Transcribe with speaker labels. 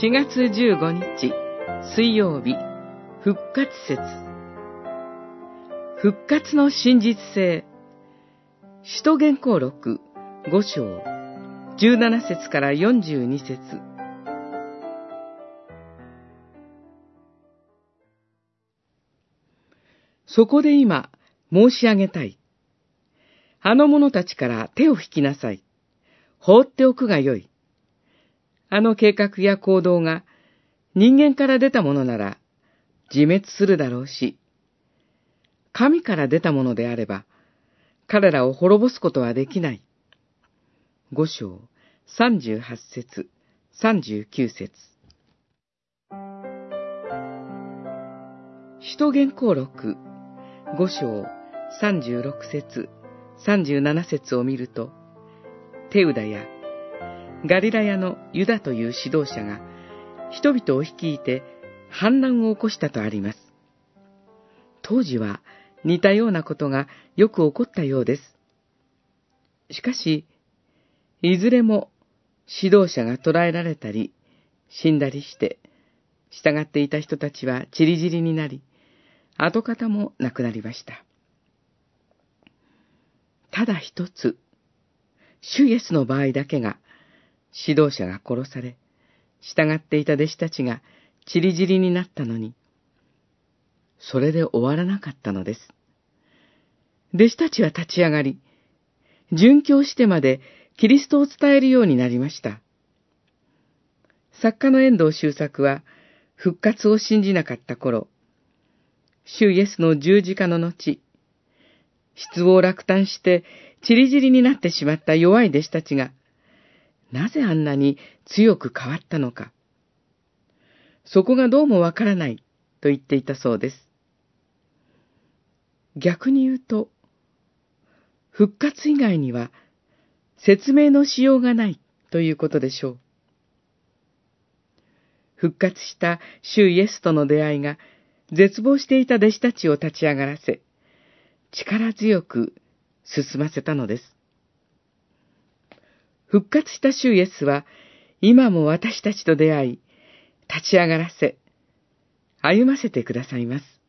Speaker 1: 4月15日水曜日、復活節。復活の真実性。使徒言行録5章17節から42節。そこで今申し上げたい。あの者たちから手を引きなさい。放っておくがよい。あの計画や行動が人間から出たものなら自滅するだろうし、神から出たものであれば彼らを滅ぼすことはできない。5章38節39節。使徒言行録5章36節37節を見ると、テウダやガリラヤのユダという指導者が人々を率いて反乱を起こしたとあります。当時は似たようなことがよく起こったようです。しかし、いずれも指導者が捕らえられたり死んだりして、従っていた人たちは散り散りになり、跡形もなくなりました。ただ一つ、主イエスの場合だけが、指導者が殺され、従っていた弟子たちが散り散りになったのに、それで終わらなかったのです。弟子たちは立ち上がり、殉教してまでキリストを伝えるようになりました。作家の遠藤周作は、復活を信じなかった頃、主イエスの十字架の後、失望落胆して散り散りになってしまった弱い弟子たちが、なぜあんなに強く変わったのか。そこがどうもわからないと言っていたそうです。逆に言うと、復活以外には説明のしようがないということでしょう。復活した主イエスとの出会いが絶望していた弟子たちを立ち上がらせ、力強く進ませたのです。復活した主イエスは、今も私たちと出会い、立ち上がらせ、歩ませてくださいます。